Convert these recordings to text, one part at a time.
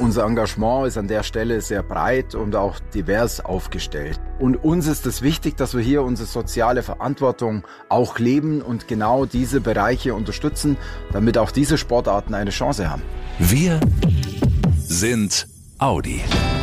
Unser Engagement ist an der Stelle sehr breit und auch divers aufgestellt. Und uns ist es wichtig, dass wir hier unsere soziale Verantwortung auch leben und genau diese Bereiche unterstützen, damit auch diese Sportarten eine Chance haben. Wir sind Audi.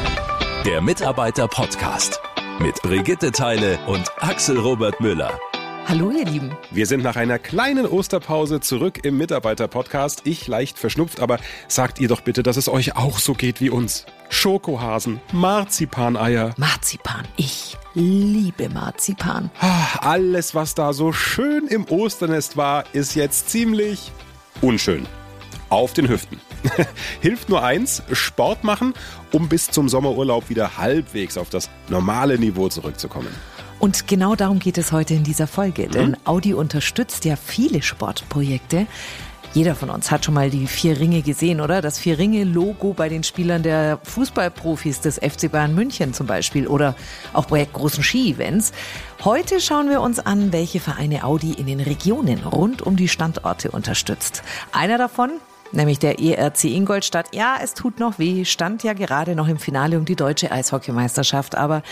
Der Mitarbeiter-Podcast mit Brigitte Theile und Axel Robert Müller. Hallo ihr Lieben. Wir sind nach einer kleinen Osterpause zurück im Mitarbeiter-Podcast. Ich leicht verschnupft, aber sagt ihr doch bitte, dass es euch auch so geht wie uns. Schokohasen, Marzipaneier. Marzipan, ich liebe Marzipan. Alles, was da so schön im Osternest war, ist jetzt ziemlich unschön. Auf den Hüften. Hilft nur eins, Sport machen, um bis zum Sommerurlaub wieder halbwegs auf das normale Niveau zurückzukommen. Und genau darum geht es heute in dieser Folge, denn Audi unterstützt ja viele Sportprojekte. Jeder von uns hat schon mal die 4 Ringe gesehen, oder? Das 4-Ringe-Logo bei den Spielern der Fußballprofis des FC Bayern München zum Beispiel oder auch bei großen Ski-Events. Heute schauen wir uns an, welche Vereine Audi in den Regionen rund um die Standorte unterstützt. Einer davon, nämlich der ERC Ingolstadt, ja, es tut noch weh, stand ja gerade noch im Finale um die deutsche Eishockeymeisterschaft, aber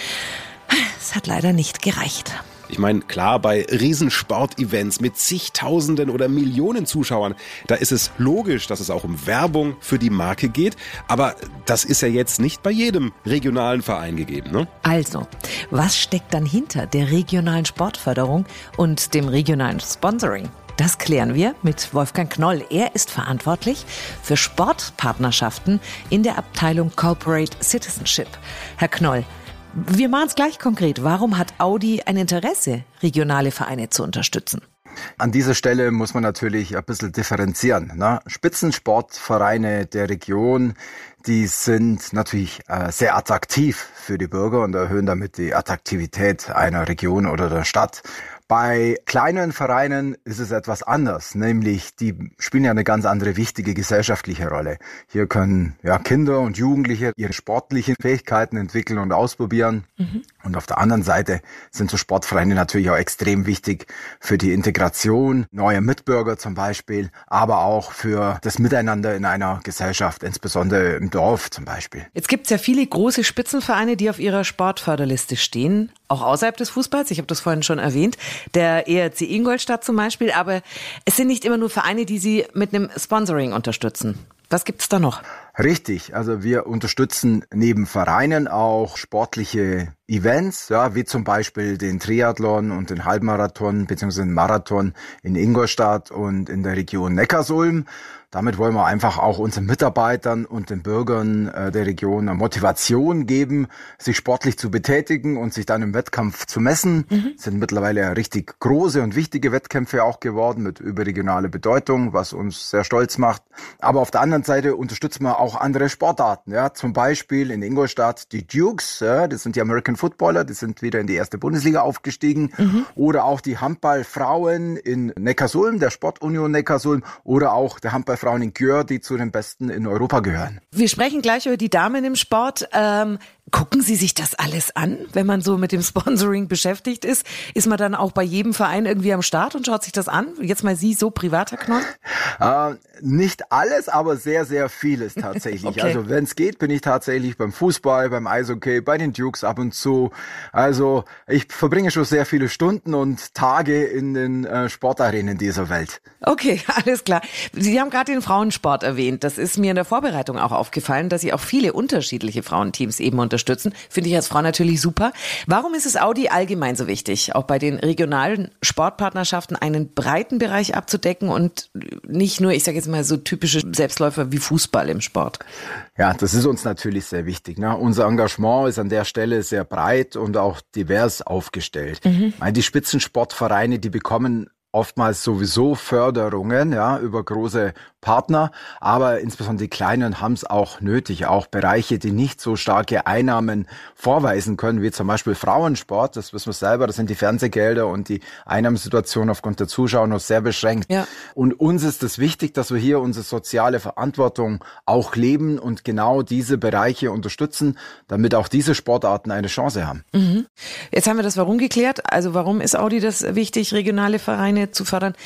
es hat leider nicht gereicht. Ich meine, klar, bei Riesensportevents mit zigtausenden oder Millionen Zuschauern, da ist es logisch, dass es auch um Werbung für die Marke geht. Aber das ist ja jetzt nicht bei jedem regionalen Verein gegeben, ne? Also, was steckt dann hinter der regionalen Sportförderung und dem regionalen Sponsoring? Das klären wir mit Wolfgang Knoll. Er ist verantwortlich für Sportpartnerschaften in der Abteilung Corporate Citizenship. Herr Knoll, wir machen es gleich konkret. Warum hat Audi ein Interesse, regionale Vereine zu unterstützen? An dieser Stelle muss man natürlich ein bisschen differenzieren, ne? Spitzensportvereine der Region, die sind natürlich sehr attraktiv für die Bürger und erhöhen damit die Attraktivität einer Region oder der Stadt. Bei kleinen Vereinen ist es etwas anders, nämlich die spielen ja eine ganz andere wichtige gesellschaftliche Rolle. Hier können Kinder und Jugendliche ihre sportlichen Fähigkeiten entwickeln und ausprobieren. Und auf der anderen Seite sind so Sportvereine natürlich auch extrem wichtig für die Integration neuer Mitbürger zum Beispiel, aber auch für das Miteinander in einer Gesellschaft, insbesondere im Dorf zum Beispiel. Jetzt gibt es ja viele große Spitzenvereine, die auf ihrer Sportförderliste stehen, auch außerhalb des Fußballs. Ich habe das vorhin schon erwähnt. Der ERC Ingolstadt zum Beispiel, aber es sind nicht immer nur Vereine, die Sie mit einem Sponsoring unterstützen. Was gibt's da noch? Richtig, also wir unterstützen neben Vereinen auch sportliche Events, wie zum Beispiel den Triathlon und den Halbmarathon bzw. den Marathon in Ingolstadt und in der Region Neckarsulm. Damit wollen wir einfach auch unseren Mitarbeitern und den Bürgern der Region eine Motivation geben, sich sportlich zu betätigen und sich dann im Wettkampf zu messen. Es sind mittlerweile richtig große und wichtige Wettkämpfe auch geworden mit überregionaler Bedeutung, was uns sehr stolz macht. Aber auf der anderen Seite unterstützen wir auch andere Sportarten. Ja, zum Beispiel in Ingolstadt die Dukes, das sind die American Footballer, die sind wieder in die erste Bundesliga aufgestiegen. Oder auch die Handballfrauen in Neckarsulm, der Sportunion Neckarsulm, oder auch der Handballfrauen in Györ, die zu den Besten in Europa gehören. Wir sprechen gleich über die Damen im Sport. Gucken Sie sich das alles an, wenn man so mit dem Sponsoring beschäftigt ist? Ist man dann auch bei jedem Verein irgendwie am Start und schaut sich das an? Jetzt mal Sie so privat, Herr Knoll? Nicht alles, aber sehr, sehr vieles tatsächlich. Okay. Also wenn es geht, bin ich tatsächlich beim Fußball, beim Eishockey, bei den Dukes ab und zu. Also ich verbringe schon sehr viele Stunden und Tage in den Sportarenen dieser Welt. Okay, alles klar. Sie haben gerade den Frauensport erwähnt. Das ist mir in der Vorbereitung auch aufgefallen, dass Sie auch viele unterschiedliche Frauenteams eben unterstützen. Finde ich als Frau natürlich super. Warum ist es Audi allgemein so wichtig, auch bei den regionalen Sportpartnerschaften einen breiten Bereich abzudecken und nicht nur, ich sage jetzt mal, so typische Selbstläufer wie Fußball im Sport? Ja, das ist uns natürlich sehr wichtig, ne? Unser Engagement ist an der Stelle sehr breit und auch divers aufgestellt. Die Spitzensportvereine, die bekommen oftmals sowieso Förderungen, über große Partner, aber insbesondere die Kleinen haben es auch nötig, auch Bereiche, die nicht so starke Einnahmen vorweisen können, wie zum Beispiel Frauensport, das wissen wir selber, das sind die Fernsehgelder und die Einnahmensituation aufgrund der Zuschauer noch sehr beschränkt. Ja. Und uns ist es wichtig, dass wir hier unsere soziale Verantwortung auch leben und genau diese Bereiche unterstützen, damit auch diese Sportarten eine Chance haben. Jetzt haben wir das Warum geklärt, also warum ist Audi das wichtig, regionale Vereine zu fördern?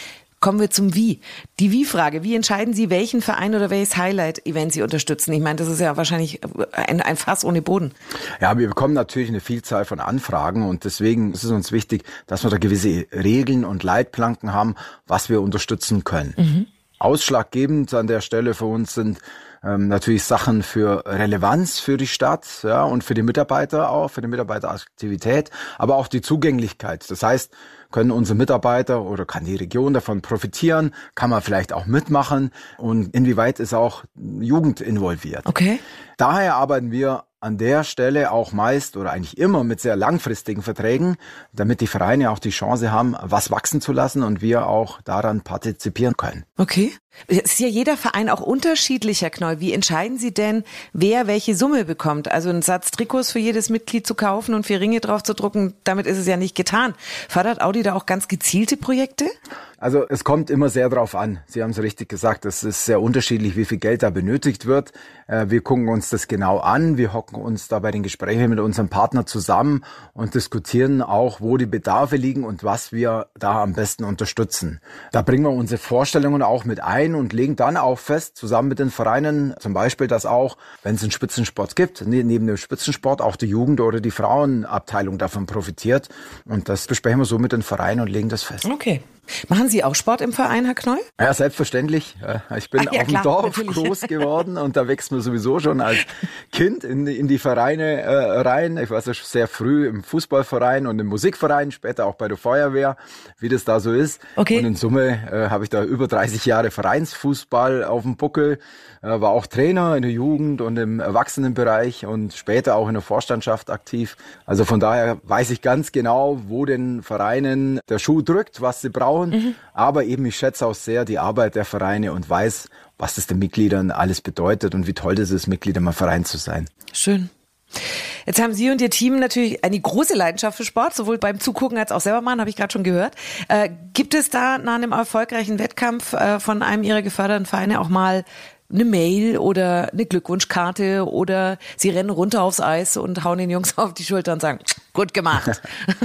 Kommen wir zum Wie. Die Wie-Frage. Wie entscheiden Sie, welchen Verein oder welches Highlight-Event Sie unterstützen? Ich meine, das ist ja wahrscheinlich ein Fass ohne Boden. Ja, wir bekommen natürlich eine Vielzahl von Anfragen und deswegen ist es uns wichtig, dass wir da gewisse Regeln und Leitplanken haben, was wir unterstützen können. Ausschlaggebend an der Stelle für uns sind natürlich Sachen für Relevanz für die Stadt, ja, und für die Mitarbeiter auch, für die Mitarbeiteraktivität, aber auch die Zugänglichkeit. Das heißt, können unsere Mitarbeiter oder kann die Region davon profitieren? Kann man vielleicht auch mitmachen? Und inwieweit ist auch Jugend involviert? Okay. Daher arbeiten wir an der Stelle auch meist oder eigentlich immer mit sehr langfristigen Verträgen, damit die Vereine auch die Chance haben, was wachsen zu lassen und wir auch daran partizipieren können. Okay. Ist ja jeder Verein auch unterschiedlich, Herr Knoll. Wie entscheiden Sie denn, wer welche Summe bekommt? Also einen Satz Trikots für jedes Mitglied zu kaufen und 4 Ringe drauf zu drucken, damit ist es ja nicht getan. Fördert Audi da auch ganz gezielte Projekte? Also es kommt immer sehr drauf an. Sie haben es richtig gesagt, es ist sehr unterschiedlich, wie viel Geld da benötigt wird. Wir gucken uns das genau an. Wir hocken uns da bei den Gesprächen mit unserem Partner zusammen und diskutieren auch, wo die Bedarfe liegen und was wir da am besten unterstützen. Da bringen wir unsere Vorstellungen auch mit ein und legen dann auch fest, zusammen mit den Vereinen, zum Beispiel, dass auch, wenn es einen Spitzensport gibt, neben dem Spitzensport auch die Jugend- oder die Frauenabteilung davon profitiert. Und das besprechen wir so mit den Vereinen und legen das fest. Okay. Machen Sie auch Sport im Verein, Herr Knoll? Ja, selbstverständlich. Ich bin auf dem Dorf groß geworden und da wächst man sowieso schon als Kind in die Vereine rein. Ich war ja sehr früh im Fußballverein und im Musikverein, später auch bei der Feuerwehr, wie das da so ist. Okay. Und in Summe habe ich da über 30 Jahre Vereinsfußball auf dem Buckel, war auch Trainer in der Jugend und im Erwachsenenbereich und später auch in der Vorstandschaft aktiv. Also von daher weiß ich ganz genau, wo den Vereinen der Schuh drückt, was sie brauchen. Aber eben, ich schätze auch sehr die Arbeit der Vereine und weiß, was das den Mitgliedern alles bedeutet und wie toll das ist, Mitglied im Verein zu sein. Schön. Jetzt haben Sie und Ihr Team natürlich eine große Leidenschaft für Sport, sowohl beim Zugucken als auch selber machen, habe ich gerade schon gehört. Gibt es da nach einem erfolgreichen Wettkampf von einem Ihrer geförderten Vereine auch mal eine Mail oder eine Glückwunschkarte oder Sie rennen runter aufs Eis und hauen den Jungs auf die Schulter und sagen, gut gemacht.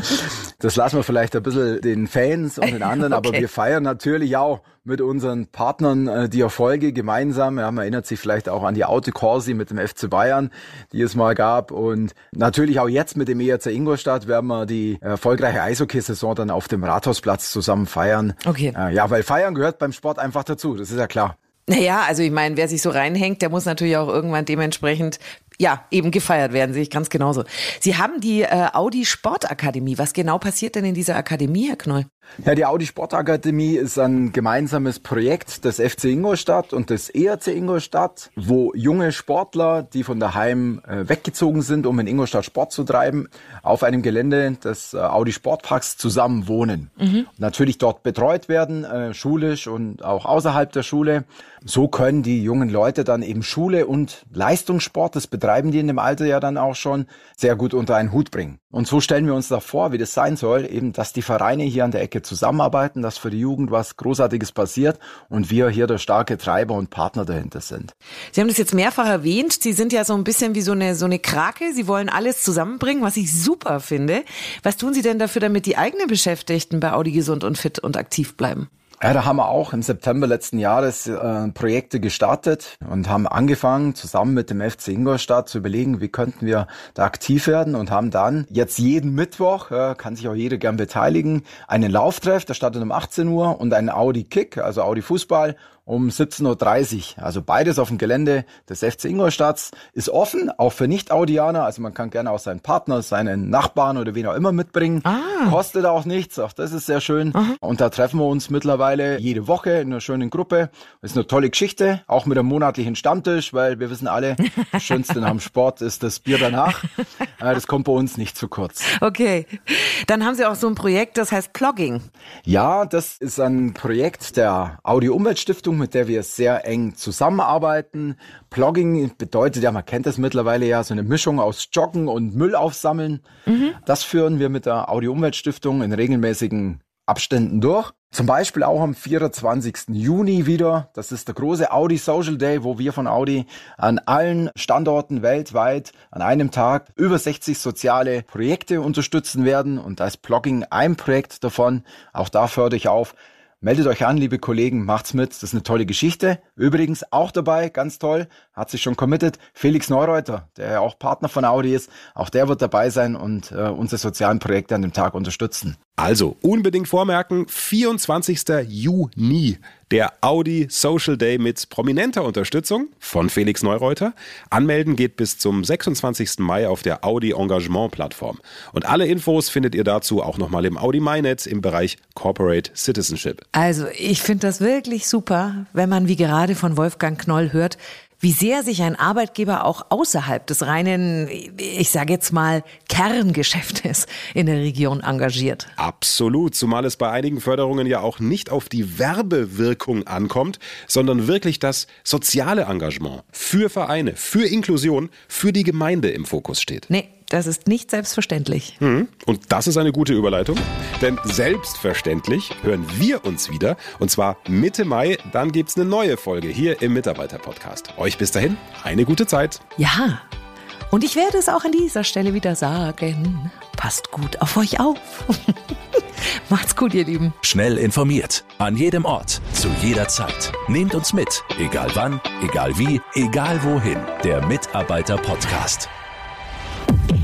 Das lassen wir vielleicht ein bisschen den Fans und den anderen, okay. Aber wir feiern natürlich auch mit unseren Partnern die Erfolge gemeinsam. Ja, man erinnert sich vielleicht auch an die Autokorsi mit dem FC Bayern, die es mal gab. Und natürlich auch jetzt mit dem ERC Ingolstadt werden wir die erfolgreiche Eishockeysaison dann auf dem Rathausplatz zusammen feiern. Okay. Ja, weil feiern gehört beim Sport einfach dazu, das ist ja klar. Naja, also ich meine, wer sich so reinhängt, der muss natürlich auch irgendwann dementsprechend, ja, eben gefeiert werden, sehe ich ganz genauso. Sie haben die Audi Sportakademie. Was genau passiert denn in dieser Akademie, Herr Knoll? Ja, die Audi Sportakademie ist ein gemeinsames Projekt des FC Ingolstadt und des ERC Ingolstadt, wo junge Sportler, die von daheim weggezogen sind, um in Ingolstadt Sport zu treiben, auf einem Gelände des Audi Sportparks zusammen wohnen. Natürlich dort betreut werden, schulisch und auch außerhalb der Schule. So können die jungen Leute dann eben Schule und Leistungssport, das betreiben die in dem Alter ja dann auch schon, sehr gut unter einen Hut bringen. Und so stellen wir uns da vor, wie das sein soll, eben, dass die Vereine hier an der Ecke zusammenarbeiten, dass für die Jugend was Großartiges passiert und wir hier der starke Treiber und Partner dahinter sind. Sie haben das jetzt mehrfach erwähnt. Sie sind ja so ein bisschen wie so eine Krake. Sie wollen alles zusammenbringen, was ich super finde. Was tun Sie denn dafür, damit die eigenen Beschäftigten bei Audi gesund und fit und aktiv bleiben? Ja, da haben wir auch im September letzten Jahres Projekte gestartet und haben angefangen, zusammen mit dem FC Ingolstadt zu überlegen, wie könnten wir da aktiv werden und haben dann jetzt jeden Mittwoch, kann sich auch jeder gern beteiligen, einen Lauftreff, der startet um 18 Uhr und einen Audi Kick, also Audi Fußball, um 17.30 Uhr. Also beides auf dem Gelände des FC Ingolstadts, ist offen, auch für Nicht-Audianer. Also man kann gerne auch seinen Partner, seinen Nachbarn oder wen auch immer mitbringen. Kostet auch nichts, auch das ist sehr schön. Und da treffen wir uns mittlerweile jede Woche in einer schönen Gruppe. Das ist eine tolle Geschichte, auch mit einem monatlichen Stammtisch, weil wir wissen alle, das Schönste am Sport ist das Bier danach. Das kommt bei uns nicht zu kurz. Okay, dann haben Sie auch so ein Projekt, das heißt Plogging. Ja, das ist ein Projekt der Audi Umweltstiftung, mit der wir sehr eng zusammenarbeiten. Plogging bedeutet ja, man kennt das mittlerweile ja, so eine Mischung aus Joggen und Müll aufsammeln. Das führen wir mit der Audi Umweltstiftung in regelmäßigen Abständen durch. Zum Beispiel auch am 24. Juni wieder. Das ist der große Audi Social Day, wo wir von Audi an allen Standorten weltweit an einem Tag über 60 soziale Projekte unterstützen werden. Und da ist Plogging ein Projekt davon. Auch da fördere ich auf, meldet euch an, liebe Kollegen, macht's mit. Das ist eine tolle Geschichte. Übrigens auch dabei, ganz toll, hat sich schon committed, Felix Neureuter, der ja auch Partner von Audi ist. Auch der wird dabei sein und unsere sozialen Projekte an dem Tag unterstützen. Also unbedingt vormerken, 24. Juni, der Audi Social Day mit prominenter Unterstützung von Felix Neureuter. Anmelden geht bis zum 26. Mai auf der Audi Engagement Plattform. Und alle Infos findet ihr dazu auch nochmal im Audi MyNet im Bereich Corporate Citizenship. Also ich finde das wirklich super, wenn man wie gerade von Wolfgang Knoll hört, wie sehr sich ein Arbeitgeber auch außerhalb des reinen, ich sage jetzt mal, Kerngeschäftes in der Region engagiert. Absolut, zumal es bei einigen Förderungen ja auch nicht auf die Werbewirkung ankommt, sondern wirklich das soziale Engagement für Vereine, für Inklusion, für die Gemeinde im Fokus steht. Nee, das ist nicht selbstverständlich. Und das ist eine gute Überleitung, denn selbstverständlich hören wir uns wieder, und zwar Mitte Mai, dann gibt's eine neue Folge hier im Mitarbeiter-Podcast. Euch bis dahin eine gute Zeit. Ja, und ich werde es auch an dieser Stelle wieder sagen. Passt gut auf euch auf. Macht's gut, ihr Lieben. Schnell informiert, an jedem Ort, zu jeder Zeit. Nehmt uns mit, egal wann, egal wie, egal wohin. Der Mitarbeiter-Podcast.